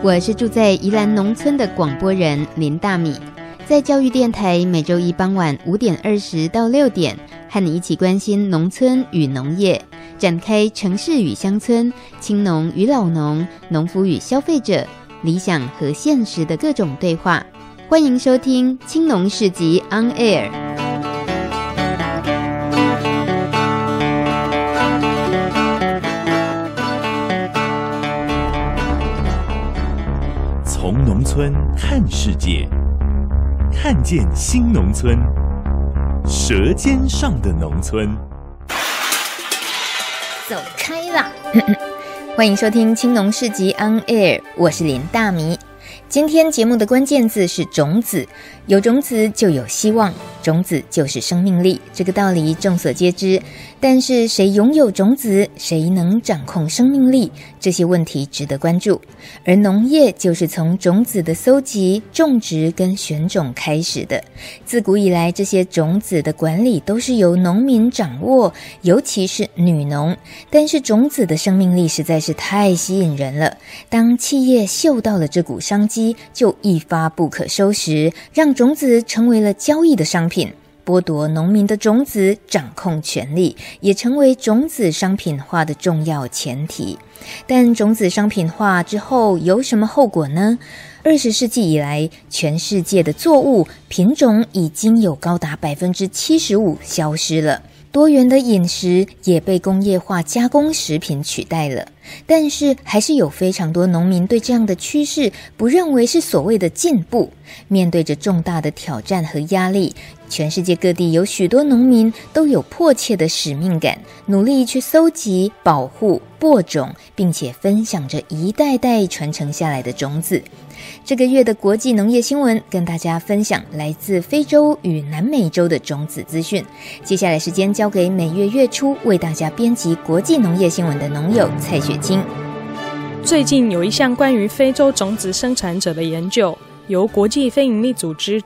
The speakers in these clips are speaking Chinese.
我是住在宜兰农村的广播人林大米，在教育电台每周一傍晚5点20到6点，和你一起关心农村与农业，展开城市与乡村、青农与老农、农夫与消费者、理想和现实的各种对话。欢迎收听青农市集 On Air。 从农村看世界，看见新农村，舌尖上的农村。 走开啦！欢迎收听青农市集 On Air， 我是林大米。今天节目的关键字是种子，有种子就有希望，种子就是生命力，这个道理众所皆知。但是谁拥有种子，谁能掌控生命力，这些问题值得关注。而农业就是从种子的搜集、种植跟选种开始的。自古以来，这些种子的管理都是由农民掌握，尤其是女农。但是种子的生命力实在是太吸引人了，当企业嗅到了这股商机，就一发不可收拾，让种子成为了交易的商品。剥夺农民的种子掌控权利，也成为种子商品化的重要前提。但种子商品化之后有什么后果呢？20世纪以来，全世界的作物品种已经有高达 75% 消失了，多元的饮食也被工业化加工食品取代了。但是还是有非常多农民对这样的趋势不认为是所谓的进步。面对着重大的挑战和压力，全世界各地有许多农民都有迫切的使命感，努力去搜集、保护、播种，并且分享着一代代传承下来的种子。这个月的国际农业新闻，跟大家分享来自非洲与南美洲的种子资讯。接下来时间交给每月月初为大家编辑国际农业新闻的农友蔡雪清。 最近有一项关于非洲种子生产者的研究，由国际非营利组织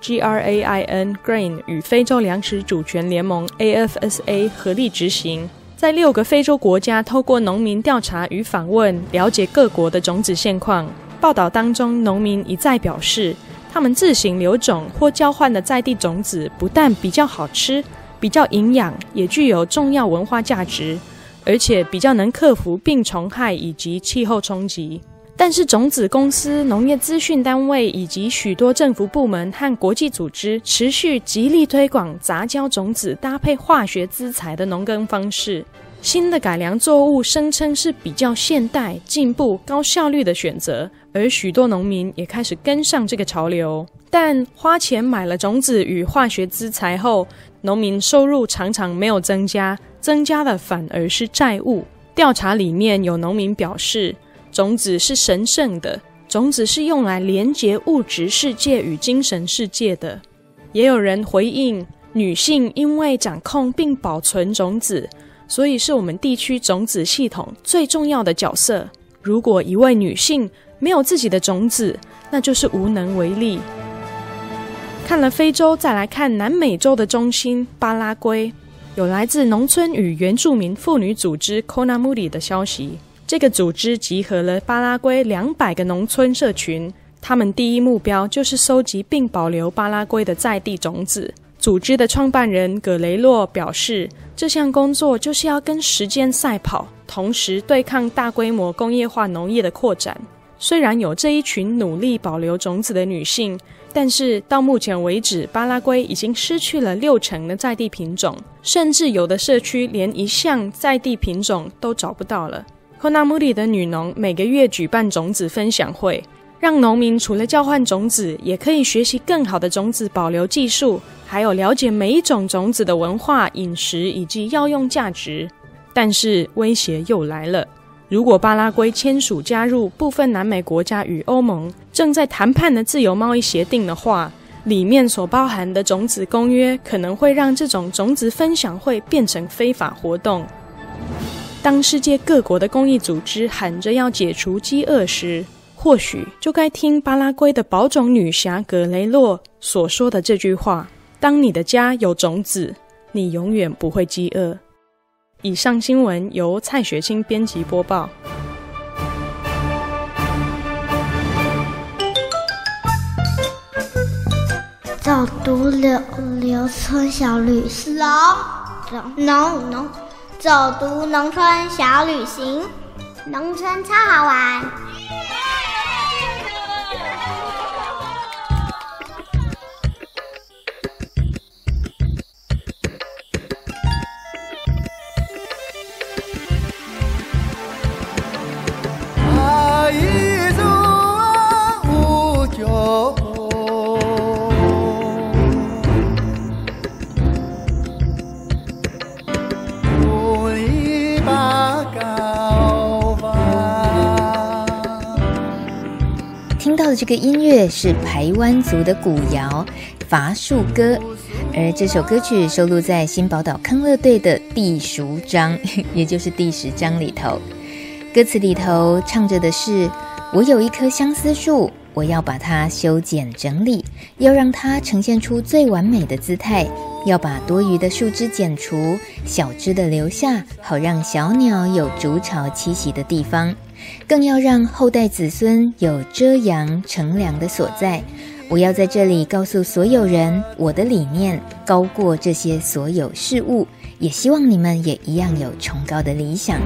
GRAIN 与非洲粮食主权联盟 AFSA 合力执行，在6个非洲国家透过农民调查与访问，了解各国的种子现况。报道当中，农民一再表示，他们自行留种或交换的在地种子不但比较好吃、比较营养，也具有重要文化价值，而且比较能克服病虫害以及气候冲击。但是种子公司、农业资讯单位以及许多政府部门和国际组织持续极力推广杂交种子搭配化学资材的农耕方式。新的改良作物声称是比较现代、进步、高效率的选择，而许多农民也开始跟上这个潮流。但花钱买了种子与化学资材后，农民收入常常没有增加，增加的反而是债务。调查里面有农民表示，种子是神圣的，种子是用来连结物质世界与精神世界的。也有人回应，女性因为掌控并保存种子，所以是我们地区种子系统最重要的角色。如果一位女性没有自己的种子，那就是无能为力。看了非洲，再来看南美洲的中心巴拉圭，有来自农村与原住民妇女组织 CONAMUDI 的消息。这个组织集合了巴拉圭200个农村社群，他们第一目标就是收集并保留巴拉圭的在地种子。组织的创办人葛雷洛表示，这项工作就是要跟时间赛跑，同时对抗大规模工业化农业的扩展。虽然有这一群努力保留种子的女性，但是到目前为止，巴拉圭已经失去了60%的在地品种，甚至有的社区连一项在地品种都找不到了。CONAMUDI 的女农每个月举办种子分享会，让农民除了交换种子，也可以学习更好的种子保留技术，还有了解每一种种子的文化、饮食以及药用价值。但是威胁又来了，如果巴拉圭签署加入部分南美国家与欧盟正在谈判的自由贸易协定的话，里面所包含的种子公约可能会让这种种子分享会变成非法活动。当世界各国的公益组织喊着要解除饥饿时，或许就该听巴拉圭的保种女侠葛雷洛所说的这句话：当你的家有种子，你永远不会饥饿。以上新闻由蔡雪清编辑播报。 走读留村小旅行， 走读农村小旅行，农村超好玩。 听到的这个音乐是排湾族的古谣伐树歌，而这首歌曲收录在新宝岛康乐队的第10章，也就是第10章里头。歌词里头唱着的是：我有一棵相思树，我要把它修剪整理，要让它呈现出最完美的姿态，要把多余的树枝剪除，小枝的留下，好让小鸟有筑巢栖息的地方，更要让后代子孙有遮阳乘凉的所在。我要在这里告诉所有人，我的理念高过这些所有事物，也希望你们也一样有崇高的理想。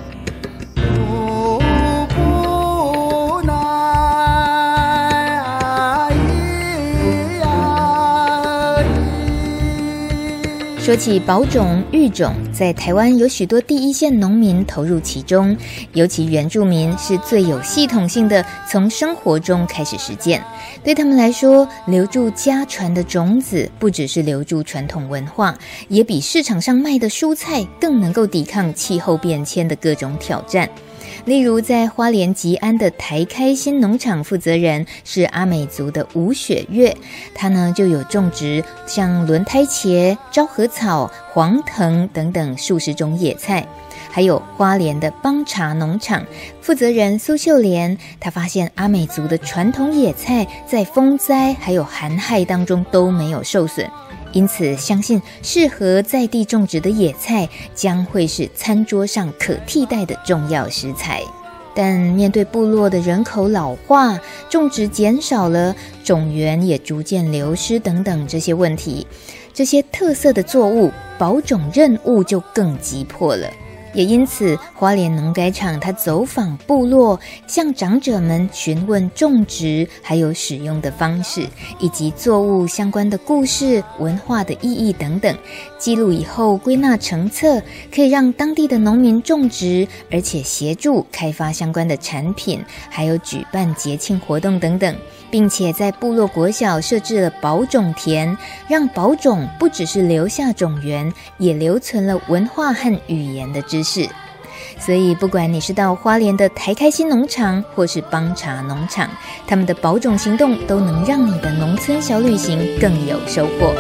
说起保种育种，在台湾有许多第一线农民投入其中，尤其原住民是最有系统性的从生活中开始实践。对他们来说，留住家传的种子，不只是留住传统文化，也比市场上卖的蔬菜更能够抵抗气候变迁的各种挑战。例如在花莲吉安的台开心农场负责人是阿美族的吴雪月，他呢就有种植像轮胎茄、昭和草、黄藤等等数十种野菜。还有花莲的邦茶农场负责人苏秀莲，他发现阿美族的传统野菜在风灾还有寒害当中都没有受损，因此相信适合在地种植的野菜将会是餐桌上可替代的重要食材。但面对部落的人口老化、种植减少了、种源也逐渐流失等等这些问题，这些特色的作物保种任务就更急迫了。也因此，花莲农改场他走访部落，向长者们询问种植还有使用的方式，以及作物相关的故事、文化的意义等等，记录以后归纳成册，可以让当地的农民种植，而且协助开发相关的产品，还有举办节庆活动等等，并且在部落国小设置了保种田，让保种不只是留下种源，也留存了文化和语言的知识。所以不管你是到花莲的台开心农场或是邦茶农场，他们的保种行动都能让你的农村小旅行更有收获。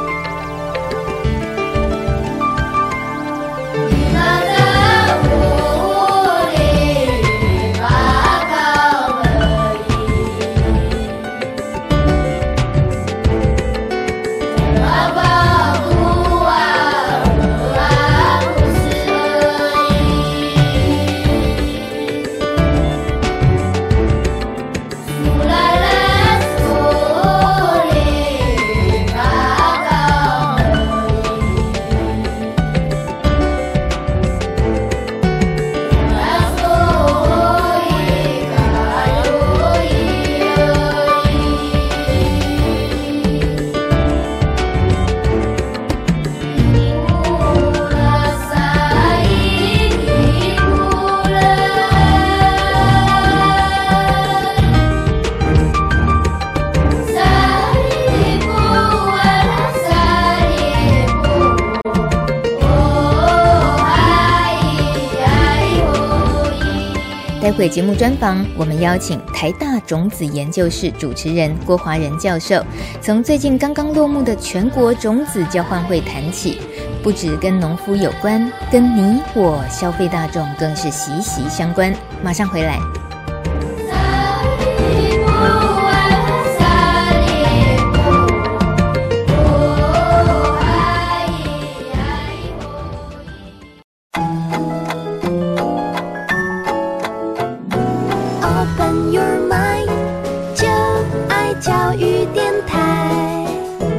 待会节目专访，我们邀请台大种子研究室主持人郭华仁教授，从最近刚刚落幕的全国种子交换会谈起，不只跟农夫有关，跟你我消费大众更是息息相关。马上回来。 Open your mind， 就爱教育电台。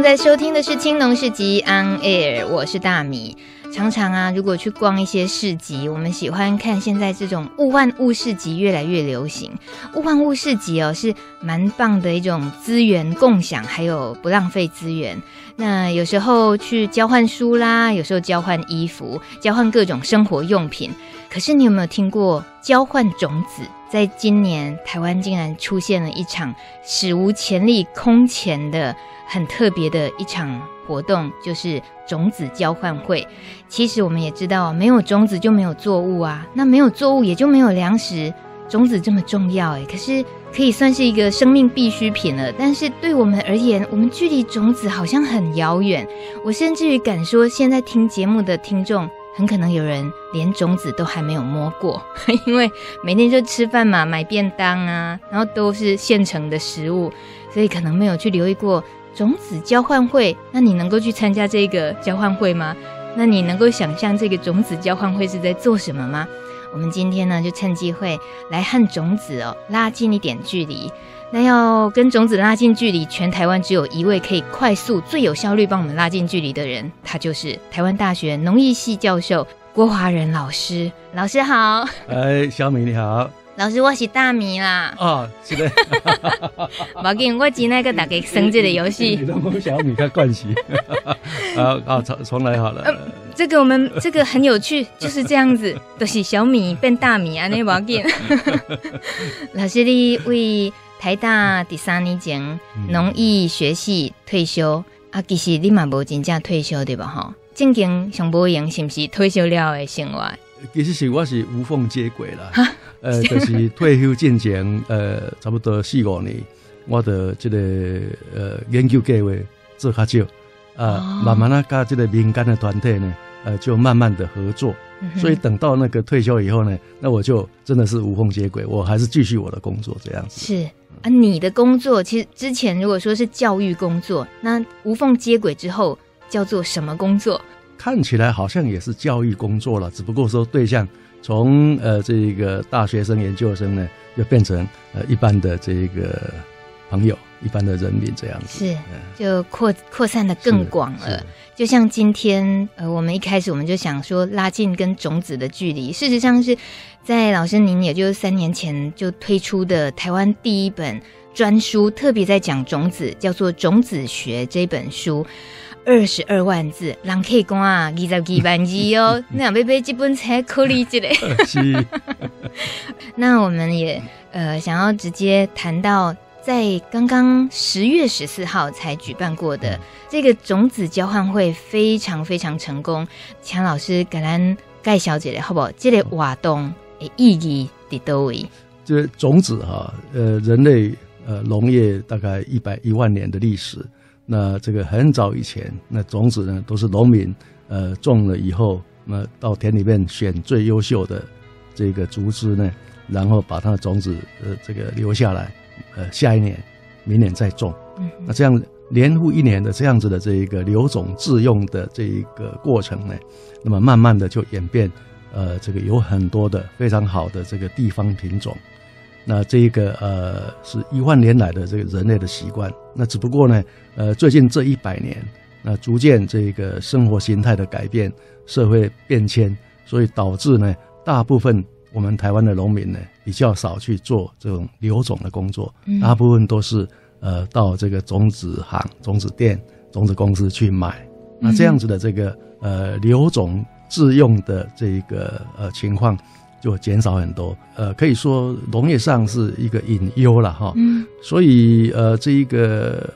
在收听的是青农市集 On Air， 我是大米。常常啊，如果去逛一些市集，我们喜欢看现在这种物换物市集越来越流行。物换物市集哦，是蛮棒的一种资源共享，还有不浪费资源。那有时候去交换书啦，有时候交换衣服，交换各种生活用品。可是你有没有听过交换种子？在今年台湾竟然出现了一场史无前例空前的很特别的一场活动，就是种子交换会。其实我们也知道，没有种子就没有作物啊，那没有作物也就没有粮食。种子这么重要可是可以算是一个生命必需品了，但是对我们而言，我们距离种子好像很遥远。我甚至于敢说，现在听节目的听众很可能有人连种子都还没有摸过，因为每天就吃饭嘛，买便当啊，然后都是现成的食物，所以可能没有去留意过种子交换会。那你能够去参加这个交换会吗？那你能够想象这个种子交换会是在做什么吗？我们今天呢，就趁机会来和种子拉近一点距离。那要跟种子拉近距离，全台湾只有一位可以快速、最有效率帮我们拉近距离的人，他就是台湾大学农艺系教授郭华仁老师。老师好。 小米你好。 老师，我是大米啦。 哦，是的。 不要紧，我今天跟大家生这个游戏。 你都跟小米较惯习。重来好了。 这个很有趣，就是这样子，都是小米变大米啊，那不要紧。老师，你为台大第3年前农艺学系退休啊，其实你嘛无真正退休对吧？哈，正经上无用是不是退休了的生活？ 其实是我是无缝接轨啦。就是退休之前，差不多4-5年，我的这个研究计划做较少慢慢跟这个民间的团体呢，就慢慢的合作。所以等到那个退休以后呢，那我就真的是无缝接轨，我还是继续我的工作这样子。 是啊，你的工作其实之前如果说是教育工作，那无缝接轨之后叫做什么工作？ 看起来好像也是教育工作了，只不过说对象从这个大学生、研究生呢，就变成一般的这个朋友、一般的人民这样子。 是，就扩散的更广了。就像今天我们一开始我们就想说拉近跟种子的距离，事实上是在老师您也就是3年前就推出的台湾第一本专书，特别在讲种子，叫做《种子学》这本书。22万字，人可以讲啊，22万字哦。那要买这本才可以一个。 是。 那我们也想要直接谈到，在刚刚10月14号才举办过的这个种子交换会，非常非常成功。请老师给咱介绍一下好不好？这个活动的意义在哪里？ 这种子人类农业大概100万年的历史。那这个很早以前，那种子呢都是农民种了以后，那到田里面选最优秀的这个竹枝呢，然后把它的种子这个留下来，下一年、明年再种。那这样年复一年的这样子的这一个留种自用的这一个过程呢，那么慢慢的就演变，这个有很多的非常好的这个地方品种。那这一个是1万年来的这个人类的习惯。那只不过呢，最近这100年，那逐渐这个生活形态的改变，社会变迁，所以导致呢，大部分我们台湾的农民呢，比较少去做这种留种的工作，大部分都是到这个种子行、种子店、种子公司去买。那这样子的这个留种自用的这个情况，就减少很多，可以说农业上是一个隐忧了哈。所以这一个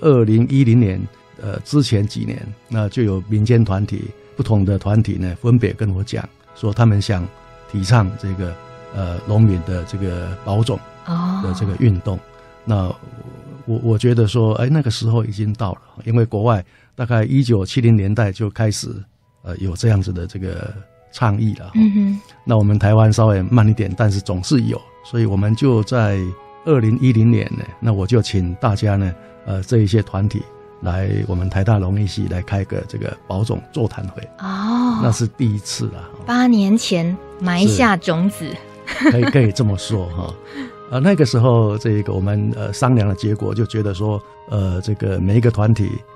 2010年之前几年，那就有民间团体、不同的团体呢，分别跟我讲说，他们想提倡这个农民的这个保种的这个运动。那我觉得说，那个时候已经到了，因为国外大概1970年代就开始有这样子的这个倡议了。那我们台湾稍微慢一点，但是总是有，所以我们就在2010年呢，那我就请大家呢，这一些团体来我们台大农艺系来开个这个保种座谈会。那是第一次了。 8年前埋下种子， 可以这么说哈。那个时候这个我们商量的结果就觉得说，这个每一个团体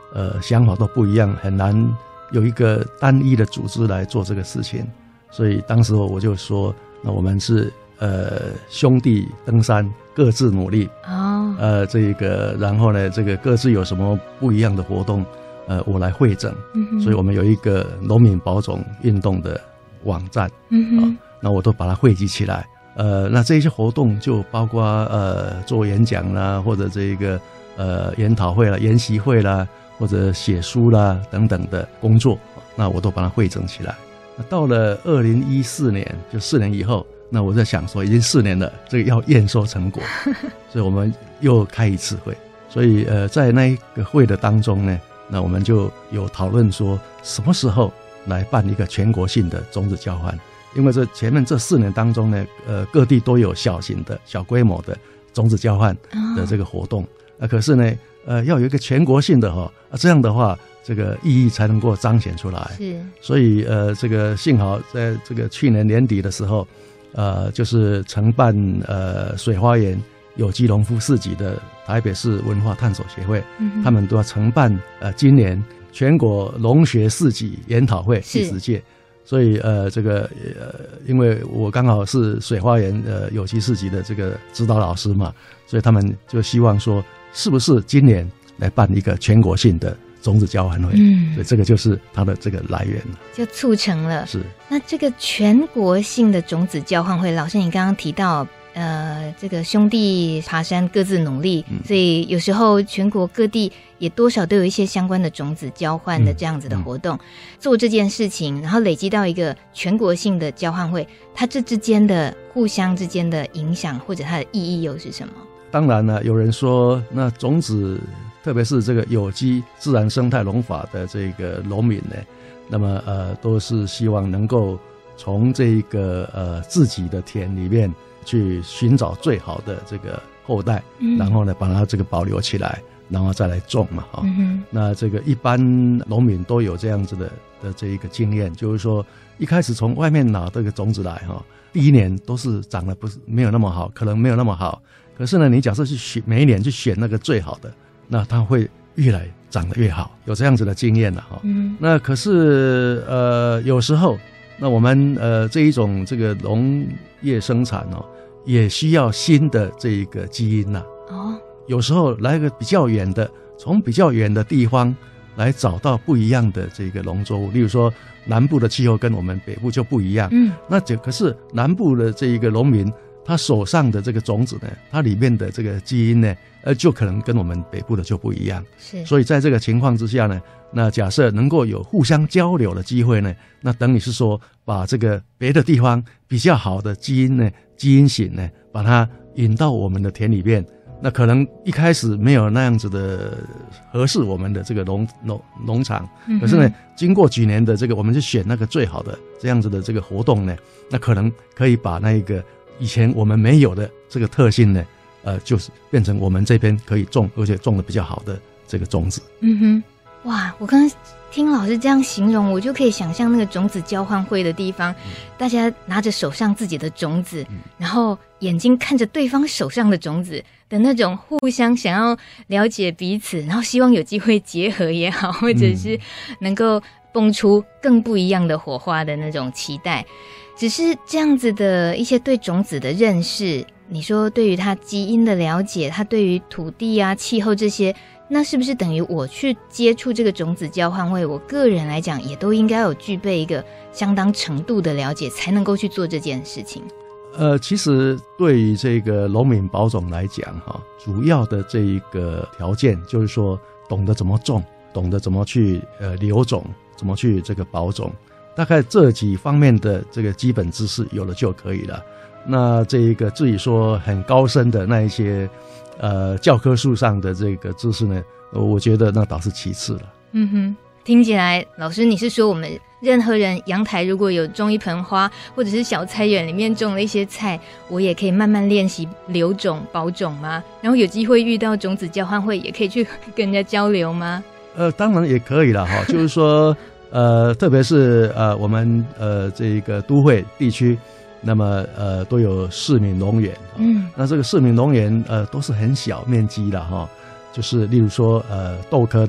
想法都不一样，很难有一个单一的组织来做这个事情。所以当时我就说，那我们是兄弟登山，各自努力。然后呢，这个各自有什么不一样的活动，我来汇整。所以我们有一个农民保种运动的网站。那我都把它汇集起来。那这些活动就包括做演讲啦，或者这个研讨会啦、研习会啦，或者写书啦等等的工作，那我都把它汇整起来。那到了2014年，就4年以后，那我在想说，已经4年了，这个要验收成果，所以我们又开一次会。所以在那一个会的当中呢，那我们就有讨论说，什么时候来办一个全国性的种子交换。因为前面这4年当中呢，各地都有小型的小规模的种子交换的这个活动。可是呢，要有一个全国性的这样的话，这个意义才能够彰显出来。 是，所以这个幸好在这个去年年底的时候，就是承办水花园有机农夫市集的台北市文化探索协会，他们都要承办今年全国农学市集研讨会第10届。所以因为我刚好是水花园有机市集的这个指导老师嘛，所以他们就希望说，是不是今年来办一个全国性的种子交换会？所以这个就是它的这个来源了， 就促成了。 是。 那这个全国性的种子交换会，老师你刚刚提到这个兄弟爬山各自努力，所以有时候全国各地也多少都有一些相关的种子交换的这样子的活动，做这件事情，然后累积到一个全国性的交换会，它这之间的互相之间的影响或者它的意义又是什么？ 当然了，有人说，那种子特别是这个有机自然生态农法的这个农民呢，那么都是希望能够从这个自己的田里面去寻找最好的这个后代，然后呢把它这个保留起来，然后再来种嘛。那这个一般农民都有这样子的这一个经验，就是说一开始从外面拿这个种子来第一年都是长得没有那么好，可能没有那么好。可是呢，你假设去每一年去选那个最好的，那它会越来长得越好，有这样子的经验了那可是有时候，那我们这一种这个农业生产也需要新的这一个基因有时候来个比较远的，从比较远的地方来找到不一样的这个农作物，例如说南部的气候跟我们北部就不一样。那可是南部的这一个农民，他手上的这个种子呢，它里面的这个基因呢，就可能跟我们北部的就不一样。 是， 所以在这个情况之下呢，那假设能够有互相交流的机会呢，那等于是说把这个别的地方比较好的基因呢、基因型呢，把它引到我们的田里面。那可能一开始没有那样子的合适我们的这个农场，可是呢，经过几年的这个，我们就选那个最好的这样子的这个活动呢，那可能可以把那一个以前我们没有的这个特性呢，就是变成我们这边可以种，而且种的比较好的这个种子。 哇，我刚刚听老师这样形容，我就可以想象那个种子交换会的地方，大家拿着手上自己的种子，然后眼睛看着对方手上的种子的那种互相想要了解彼此，然后希望有机会结合也好，或者是能够蹦出更不一样的火花的那种期待。只是这样子的一些对种子的认识，你说对于它基因的了解，它对于土地啊、气候这些，那是不是等于我去接触这个种子交换会，我个人来讲也都应该有具备一个相当程度的了解，才能够去做这件事情？ 其实对于这个农民保种来讲主要的这一个条件就是说懂得怎么种，懂得怎么去留种，怎么去这个保种，大概这几方面的这个基本知识有了就可以了。那这一个至于说很高深的那一些教科书上的这个知识呢，我觉得那倒是其次了。 听起来老师你是说我们任何人阳台如果有种一盆花，或者是小菜园里面种了一些菜，我也可以慢慢练习留种保种吗？然后有机会遇到种子交换会也可以去跟人家交流吗？ 当然也可以了就是说特别是我们这个都会地区，那么都有市民农园那这个市民农园都是很小面积的就是例如说豆科的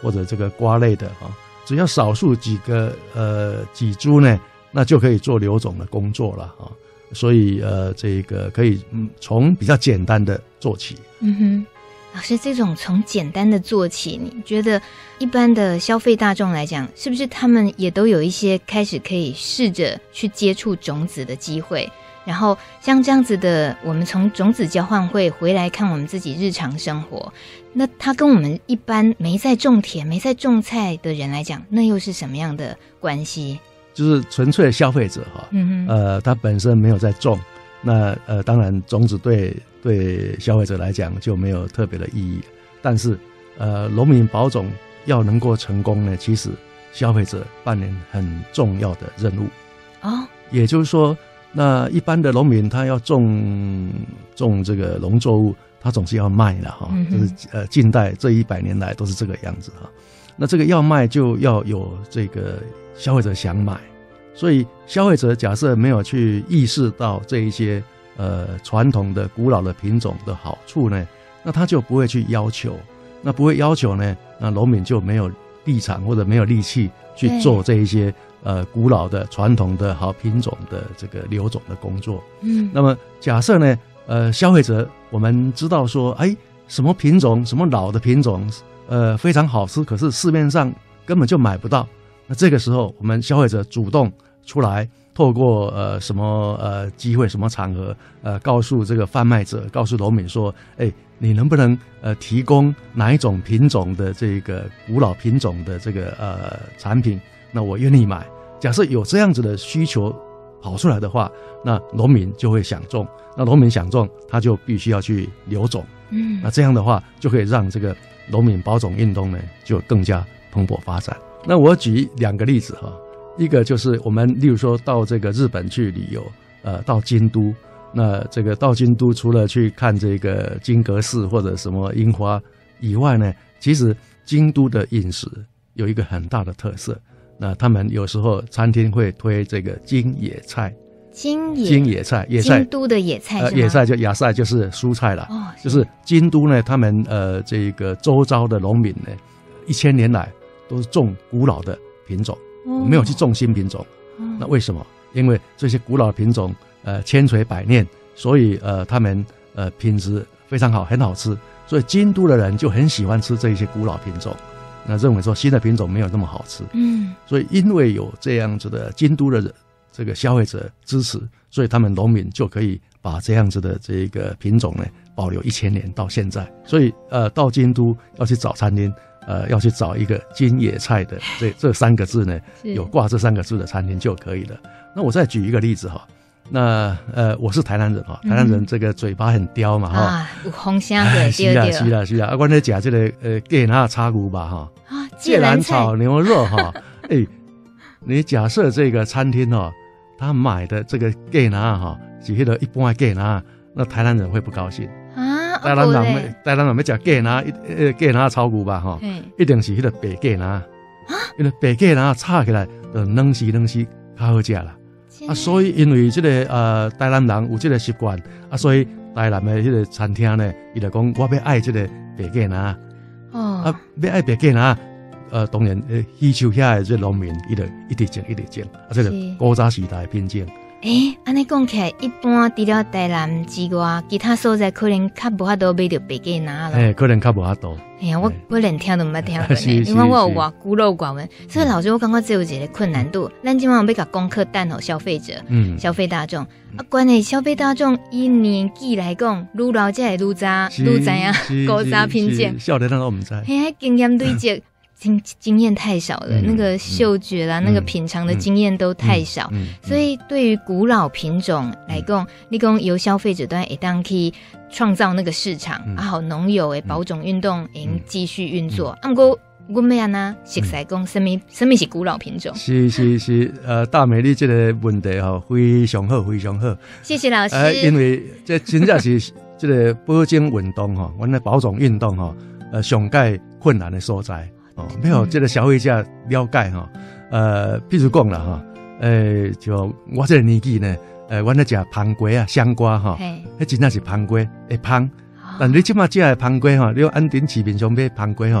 或者这个瓜类的只要少数几株呢，那就可以做留种的工作了所以这个可以从比较简单的做起。 老师，这种从简单的做起，你觉得一般的消费大众来讲，是不是他们也都有一些开始可以试着去接触种子的机会？然后像这样子的，我们从种子交换会回来看我们自己日常生活，那它跟我们一般没在种田、没在种菜的人来讲，那又是什么样的关系？ 就是纯粹的消费者他本身没有在种，那当然种子对消费者来讲就没有特别的意义。但是农民保种要能够成功呢，其实消费者扮演很重要的任务也就是说，那一般的农民他要种这个农作物，他总是要卖的就是近代这100年来都是这个样子那这个要卖就要有这个消费者想买，所以消费者假设没有去意识到这一些传统的古老的品种的好处呢，那他就不会去要求，那不会要求呢，那农民就没有立场或者没有力气去做这一些古老的传统的好品种的这个留种的工作。那么假设呢消费者我们知道说什么品种什么老的品种非常好吃，可是市面上根本就买不到，那这个时候我们消费者主动出来，透过什么机会什么场合告诉这个贩卖者，告诉农民说你能不能提供哪一种品种的这个古老品种的这个产品，那我愿意买。假设有这样子的需求跑出来的话，那农民就会想种，那农民想种他就必须要去留种那这样的话就可以让这个农民保种运动呢就更加蓬勃发展。那我举2个例子一个就是我们例如说到这个日本去旅游到京都，那这个到京都除了去看这个金阁寺或者什么樱花以外呢，其实京都的饮食有一个很大的特色，那他们有时候餐厅会推这个京野菜。京野菜京都的野菜是吗？ 野菜就野菜就是蔬菜啦就是京都呢他们这个周遭的农民呢1000年来都是种古老的品种没有去种新品种那为什么？因为这些古老的品种千锤百炼，所以他们品质非常好，很好吃，所以京都的人就很喜欢吃这一些古老品种，那认为说新的品种没有那么好吃所以因为有这样子的京都的这个消费者支持，所以他们农民就可以把这样子的这个品种呢保留1000年到现在。所以到京都要去找餐厅要去找一个京野菜的这3个字呢有挂这3个字的餐厅就可以了。那我再举一个例子那我是台南人台南人这个嘴巴很刁嘛有红虾的是啦我在吃这个芥兰炒牛吧芥兰炒牛肉你假设这个餐厅他买的这个芥兰是那个一般的芥兰，那台南人会不高兴台南人要吃芥兰炒牛吧一定是那个白芥兰因为白芥兰炒起来就软丝较好吃啦所以因为这个台南人有这个习惯所以台南的这个餐厅呢他就说我要爱这个白芥兰要爱白芥兰当然需求遐的这农民他就一直种这个古早时代的品种这样说起来一般除了台南之外其他所在可能较无法度买到白芥兰了可能较无法度我连听都没听过因为我有外孤陋寡闻所以老师我感觉这有一个困难度咱今晚要把功课担给消费者消费大众关于消费大众以年纪来讲愈老才会愈早愈知影古早品种少年人都不知经验累积经验太少了那个嗅觉啦那个品尝的经验都太少所以对于古老品种来讲你说由消费者端会当去创造那个市场好农友的保种运动会继续运作不过我们要怎熟悉讲什么是古老品种是大美丽这个问题非常好非常好谢谢老师因为这真的是这个保种运动我们的保种运动上界困难的所在没有这个消费者了解譬如讲啦就我这个年纪呢我在吃香瓜香瓜那真的是香瓜会香但你现在吃的香瓜你按顶市面上买香瓜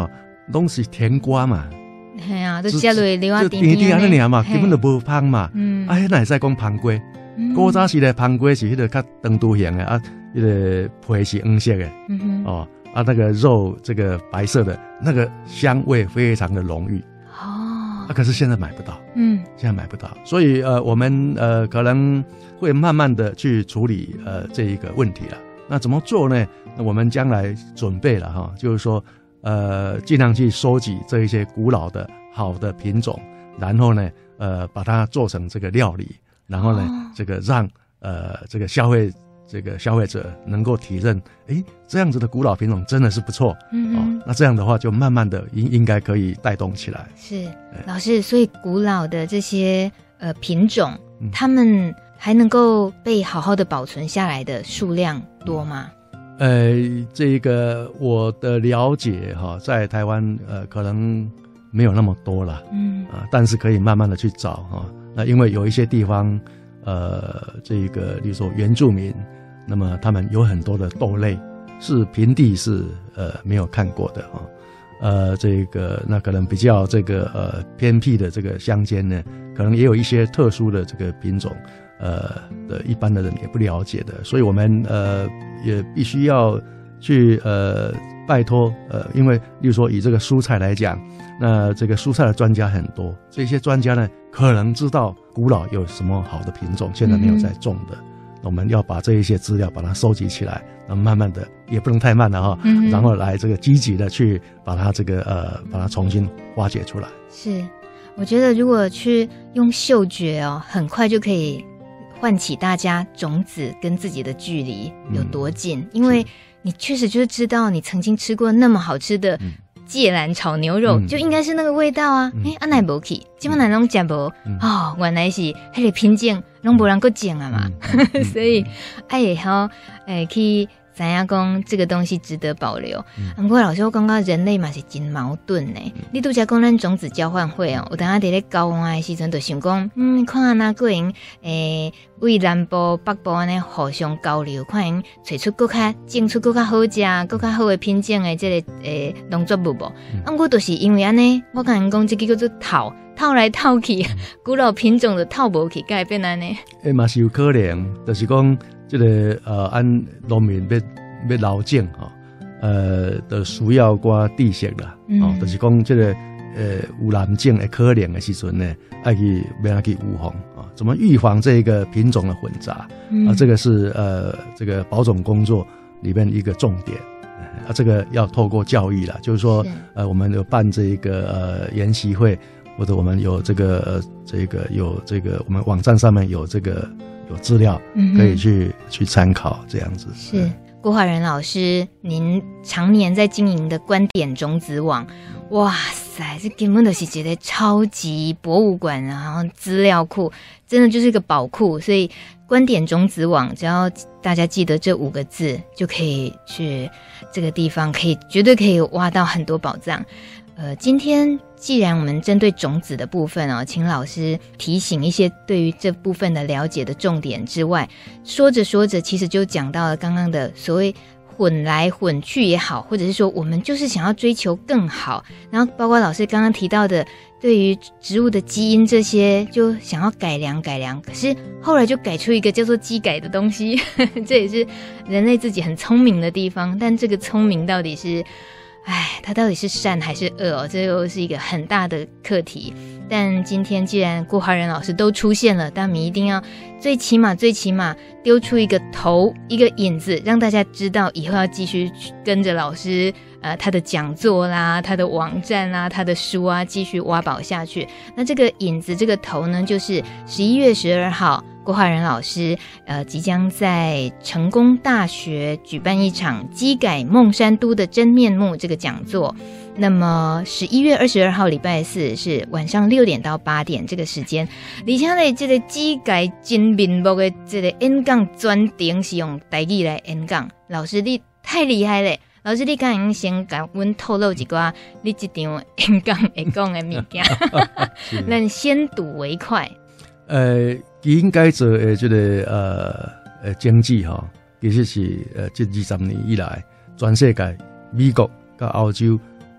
拢是甜瓜嘛。 系啊，都食落流啊甜甜甜安尼尔嘛，根本就无香嘛。迄哪会使讲香瓜？古早时咧香瓜是迄个较长度形的啊，迄个皮是黄色的，哦啊那个肉这个白色的，那个香味非常的浓郁。哦，可是现在买不到，现在买不到，所以我们可能会慢慢的去处理这一个问题了。那怎么做呢？那我们将来准备了哈，就是说尽量去收集这一些古老的好的品种，然后呢把它做成这个料理，然后呢这个让这个消费者能够体认，这样子的古老品种真的是不错，那这样的话就慢慢的应该可以带动起来。 是老师，所以古老的这些品种，他们还能够被好好的保存下来的数量多吗？ 这个我的了解哈，在台湾可能没有那么多了，但是可以慢慢的去找哈。那因为有一些地方，这个例如说原住民，那么他们有很多的豆类是平地是没有看过的哈。这个那可能比较这个偏僻的这个乡间呢，可能也有一些特殊的这个品种，的一般的人也不了解的，所以我们也必须要去拜托因为例如说以这个蔬菜来讲，那这个蔬菜的专家很多，这些专家呢可能知道古老有什么好的品种现在没有在种的，我们要把这一些资料把它收集起来，那慢慢的也不能太慢了哈，然后来这个积极的去把它这个把它重新挖掘出来。是， 我觉得如果去用嗅觉很快就可以唤起大家种子跟自己的距离有多近，因为你确实就是知道你曾经吃过那么好吃的芥蓝炒牛肉，就应该是那个味道啊。啊哪无去，基本上拢吃无原来是迄个品种拢无人够种啊嘛，所以会晓去知影讲这个东西值得保留。不过老师我感觉人类嘛是真矛盾呢。你拄则讲咱种子交换会有当下伫咧交换的时阵就想讲看哪个人为南部北部安尼互相交流，看因找出更较种出更较好食更较好的品种的这个农作物无。不过就是因为安尼，我甲因讲这个叫做套来套去，古老品种的套无去，改变安尼。 嘛是有可能，就是讲这个按农民要留种就需要寡知识啦，就是讲这个有染种的可能的时阵呢，要去预防怎么预防这个品种的混杂这个是这个保种工作里面一个重点这个要透过教育啦，就是说我们有办这个研习会，或者我们有这个我们网站上面有这个有资料可以去参考这样子。 是郭华仁老师，您常年在经营的观点种子网，哇塞，这根本就是一个超级博物馆，然后资料库，真的就是一个宝库。所以观点种子网，只要大家记得这5个字，就可以去这个地方，绝对可以挖到很多宝藏。今天既然我们针对种子的部分请老师提醒一些对于这部分的了解的重点之外，说着说着其实就讲到了刚刚的所谓混来混去也好，或者是说我们就是想要追求更好，然后包括老师刚刚提到的对于植物的基因这些就想要改良，可是后来就改出一个叫做基改的东西这也是人类自己很聪明的地方，但这个聪明到底是它到底是善还是恶这又是一个很大的课题。但今天既然郭华仁老师都出现了，但我们一定要最起码丢出一个头一个引子，让大家知道以后要继续跟着老师他的讲座啦，他的网站啦，他的书啊继续挖宝下去。那这个引子这个头呢，就是11月12号郭华仁老师即将在成功大学举办一场基改孟山都的真面目这个讲座。那么11月22号礼拜四是晚上6点到8点这个时间，而且呢这个基改真面目的这个演讲专程是用台语来演讲。老师你太厉害了，老师你敢能先跟我们透露一寡你这场演讲会讲的物件咱先睹为快。 应该做的这个经济其实是这20年以来全世界美国跟澳洲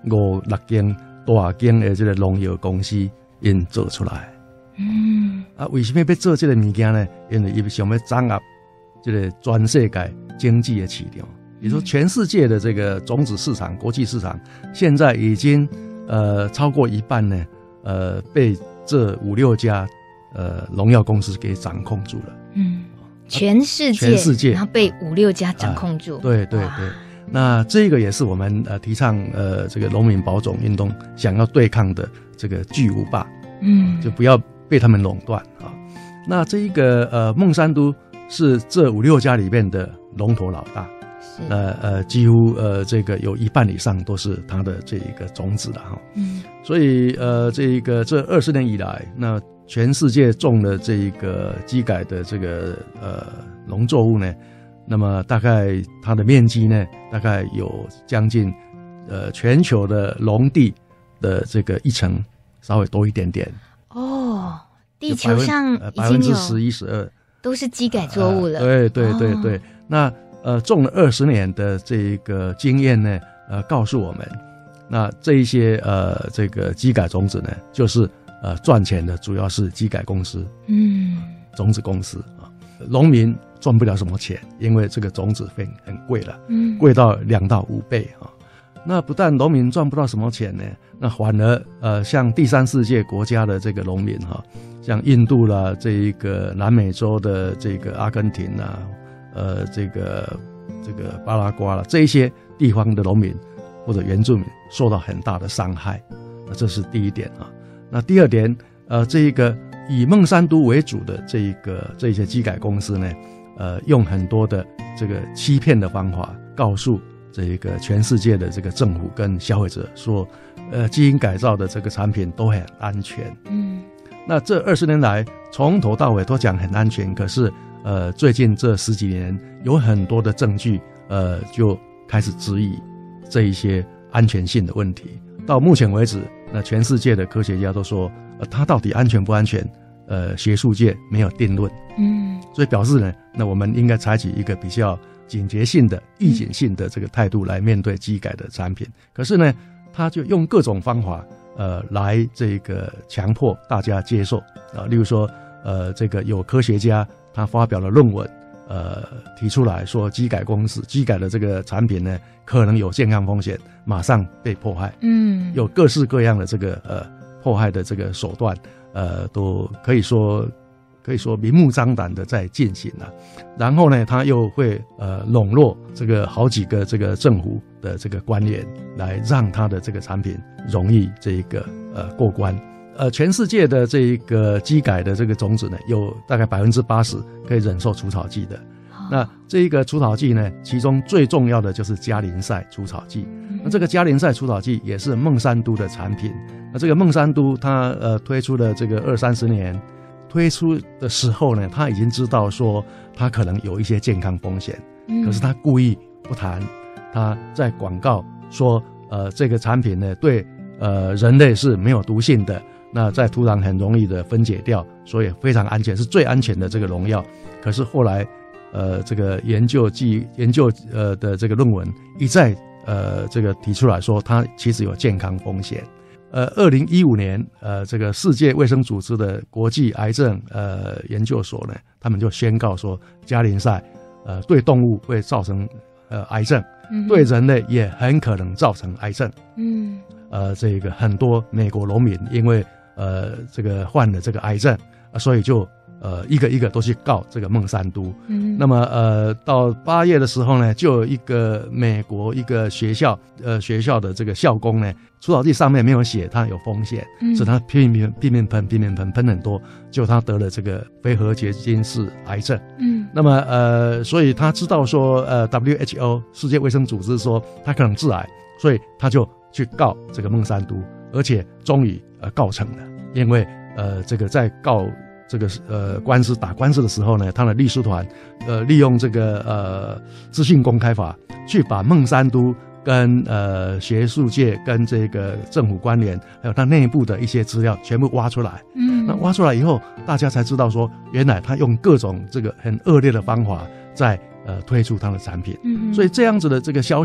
5-6间大间的这个农药公司因做出来。为什么要做这个物件呢？因为伊想要掌握这个全世界经济的市场。也就是说，全世界的这个种子市场、国际市场，现在已经超过一半呢，被这5-6家农药公司给掌控住了。 全世界，然后被5-6家掌控住。 对。那这个也是我们提倡这个农民保种运动想要对抗的这个巨无霸。就不要被他们垄断啊。那这一个孟山都是这5-6家里面的龙头老大。几乎这个有一半以上都是它的这一个种子了哈。所以这20年以来，那全世界种的这一个基改的这个农作物呢，那么大概它的面积呢，大概有将近全球的农地的这个1成稍微多一点点。 地球上已经有 11-12% 都是基改作物了。 对。那种了20年的这个经验呢，告诉我们，那这一些这个基改种子呢，就是赚钱的主要是基改公司，种子公司啊，农民赚不了什么钱，因为这个种子费很贵了，贵到2到5倍啊。那不但农民赚不到什么钱呢，那反而像第三世界国家的这个农民哈，像印度啦，这一个南美洲的这个阿根廷啦。这个巴拉圭了，这一些地方的农民或者原住民受到很大的伤害，那这是第一点啊。那第二点，这一个以孟山都为主的这些基改公司呢，用很多的这个欺骗的方法，告诉这个全世界的这个政府跟消费者说，基因改造的这个产品都很安全。那这20年来从头到尾都讲很安全，可是最近这10几年有很多的证据，就开始质疑这一些安全性的问题。到目前为止，那全世界的科学家都说，它到底安全不安全？学术界没有定论。所以表示呢，那我们应该采取一个比较警觉性的、预警性的这个态度来面对基改的产品。可是呢，他就用各种方法，来这个强迫大家接受啊，例如说，这个有科学家。他发表了论文，提出来说基改的这个产品呢，可能有健康风险，马上被迫害。有各式各样的这个迫害的这个手段，都可以说明目张胆的在进行了。然后呢，他又会笼络这个好几个这个政府的这个官员，来让他的这个产品容易这个过关。全世界的这一个基改的这个种子呢，有大概80%可以忍受除草剂的。那这一个除草剂呢，其中最重要的就是加林赛除草剂。那这个加林赛除草剂也是孟山都的产品。那这个孟山都它推出了这个20-30年，推出的时候呢，他已经知道说它可能有一些健康风险，可是他故意不谈。他在广告说这个产品呢对人类是没有毒性的。那在土壤很容易的分解掉，所以非常安全，是最安全的这个农药。可是后来，这个研究的这个论文一再这个提出来说，它其实有健康风险。2015年，这个世界卫生组织的国际癌症研究所呢，他们就宣告说，加林赛对动物会造成癌症，对人类也很可能造成癌症。这个很多美国农民因为这个患了这个癌症，所以就一个一个都去告这个孟山都。那么到8月的时候呢，就有一个美国一个学校的这个校工呢，除草剂上面没有写它有风险，所以他拼命喷很多，就他得了这个非核结晶式癌症。那么所以他知道说WHO 世界卫生组织说他可能致癌，所以他就去告这个孟山都，而且终于告成了。因为这个在告这个打官司的时候呢，他的律师团利用这个资讯公开法去把孟山都跟学术界跟这个政府官员还有他内部的一些资料全部挖出来。那挖出来以后，大家才知道说，原来他用各种这个很恶劣的方法在推出他的产品。所以这样子的这个消息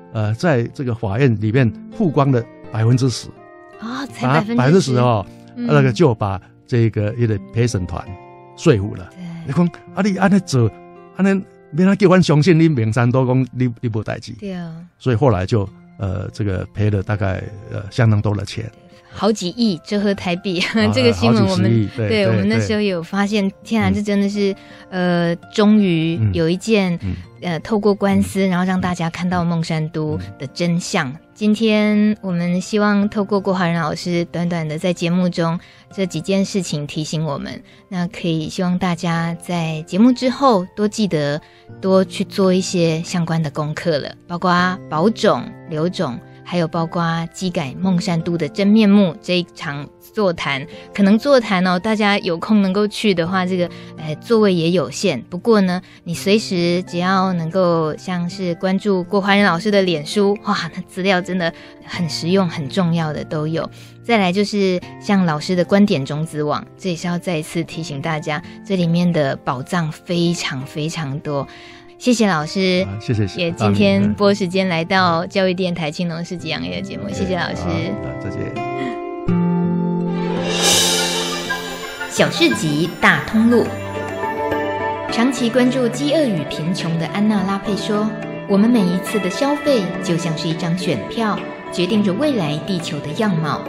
在这个法院里面曝光的10% 啊，才10% 哦，那个就把这个一个陪审团说服了。你讲啊，你安尼做，安尼免他叫阮相信你名山都讲你无代志。 对啊， 所以后来就这个赔了大概相当多的钱。 好几亿折合台币，这个新闻我们对我们那时候有发现，天啊，这真的是终于有一件透过官司，然后让大家看到孟山都的真相。今天我们希望透过郭华仁老师短短的在节目中这几件事情提醒我们，那可以希望大家在节目之后多记得多去做一些相关的功课了，包括保种、留种，还有包括基改孟山都的真面目这一场座谈，可能座谈哦，大家有空能够去的话，这个座位也有限。不过呢，你随时只要能够像是关注郭华仁老师的脸书，哇，那资料真的很实用、很重要的都有。再来就是像老师的观点种子网，这也是要再一次提醒大家，这里面的宝藏非常非常多。谢谢老师， 谢谢。 也今天拨时间来到教育电台青农市集On Air的节目，谢谢老师。 再见。 小市集大通路，长期关注饥饿与贫穷的安娜拉佩说：“我们每一次的消费就像是一张选票，决定着未来地球的样貌。”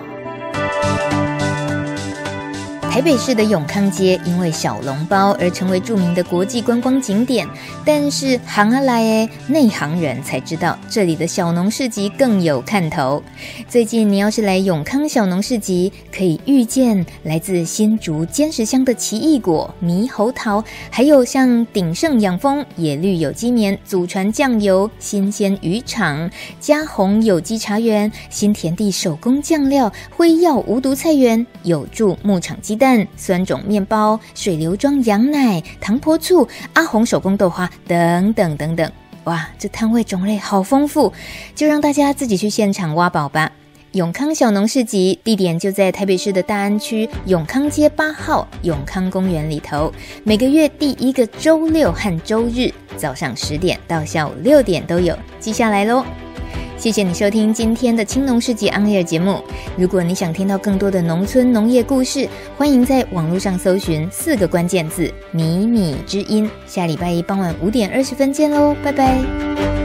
台北市的永康街因为小笼包而成为著名的国际观光景点，但是行啊来诶，内行人才知道这里的小农市集更有看头。最近你要是来永康小农市集，可以遇见来自新竹尖石乡的奇异果、猕猴桃，还有像鼎盛养蜂、野绿有机棉、祖传酱油、新鲜渔场、嘉宏有机茶园、新田地手工酱料、辉耀无毒菜园、有助牧场鸡蛋、酸种面包、水流庄羊奶、糖婆醋、阿红手工豆花等等等等。哇，这摊位种类好丰富，就让大家自己去现场挖宝吧。永康小农市集地点就在台北市的大安区永康街8号永康公园里头，每个月第1个周六和周日早上10点到下午6点都有，记下来咯。谢谢你收听今天的青农市集 On Air 节目。如果你想听到更多的农村农业故事，欢迎在网络上搜寻4个关键字米米之音。下礼拜一傍晚5点20分见咯，拜拜。